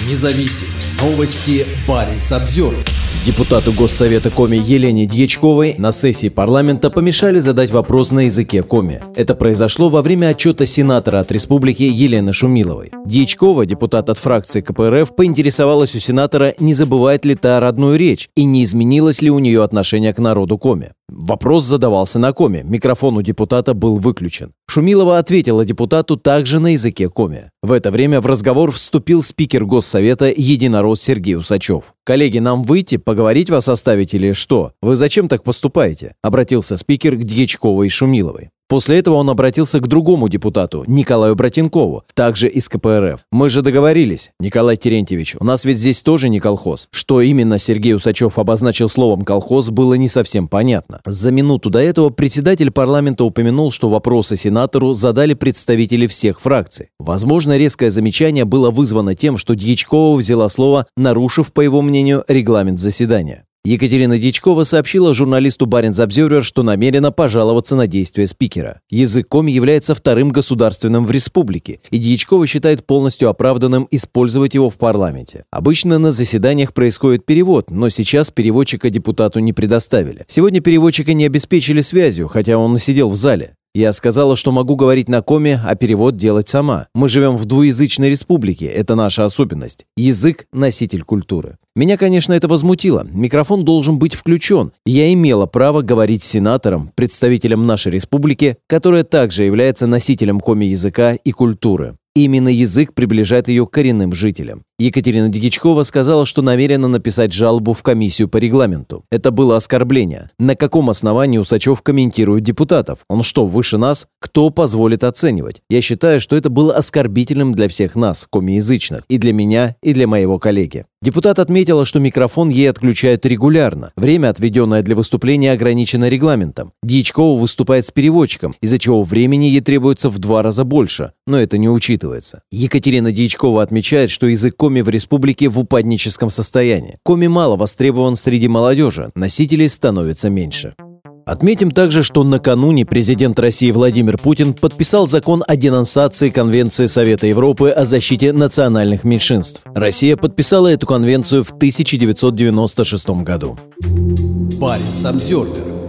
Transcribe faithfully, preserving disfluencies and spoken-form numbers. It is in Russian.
независим. Новости Баренц-Обзервер. Депутату Госсовета Коми Елене Дьячковой на сессии парламента помешали задать вопрос на языке коми. Это произошло во время отчета сенатора от республики Елены Шумиловой. Дьячкова, депутат от фракции ка пэ эр эф, поинтересовалась у сенатора, не забывает ли та родную речь и не изменилось ли у нее отношение к народу коми. Вопрос задавался на коми, микрофон у депутата был выключен. Шумилова ответила депутату также на языке коми. В это время в разговор вступил спикер Госсовета единорос Сергей Усачев. «Коллеги, нам выйти, поговорить вас оставить или что? Вы зачем так поступаете?» — обратился спикер к Дьячковой и Шумиловой. После этого он обратился к другому депутату, Николаю Братенкову, также из ка пэ эр эф. «Мы же договорились, Николай Терентьевич, у нас ведь здесь тоже не колхоз». Что именно Сергей Усачев обозначил словом «колхоз», было не совсем понятно. За минуту до этого председатель парламента упомянул, что вопросы сенатору задали представители всех фракций. Возможно, резкое замечание было вызвано тем, что Дьячкова взяла слово, нарушив, по его мнению, регламент заседания. Екатерина Дьячкова сообщила журналисту Баренц-Обзервер, что намерена пожаловаться на действия спикера. Язык коми является вторым государственным в республике, и Дьячкова считает полностью оправданным использовать его в парламенте. Обычно на заседаниях происходит перевод, но сейчас переводчика депутату не предоставили. Сегодня переводчика не обеспечили связью, хотя он и сидел в зале. Я сказала, что могу говорить на коми, а перевод делать сама. Мы живем в двуязычной республике, это наша особенность. Язык – носитель культуры. Меня, конечно, это возмутило. Микрофон должен быть включен. Я имела право говорить с сенатором, представителем нашей республики, которая также является носителем коми-языка и культуры. Именно язык приближает ее к коренным жителям. Екатерина Дьячкова сказала, что намерена написать жалобу в комиссию по регламенту. Это было оскорбление. На каком основании Усачев комментирует депутатов? Он что, выше нас? Кто позволит оценивать? Я считаю, что это было оскорбительным для всех нас, комиязычных, и для меня, и для моего коллеги. Депутат отметила, что микрофон ей отключают регулярно. Время, отведенное для выступления, ограничено регламентом. Дьячкова выступает с переводчиком, из-за чего времени ей требуется в два раза больше, но это не учитывается. Екатерина Дьячкова отмечает, что язык коми в республике в упадническом состоянии. Коми мало востребован среди молодежи, носителей становится меньше. Отметим также, что накануне президент России Владимир Путин подписал закон о денонсации Конвенции Совета Европы о защите национальных меньшинств. Россия подписала эту конвенцию в тысяча девятьсот девяносто шестом году. Баренц-Обзервер.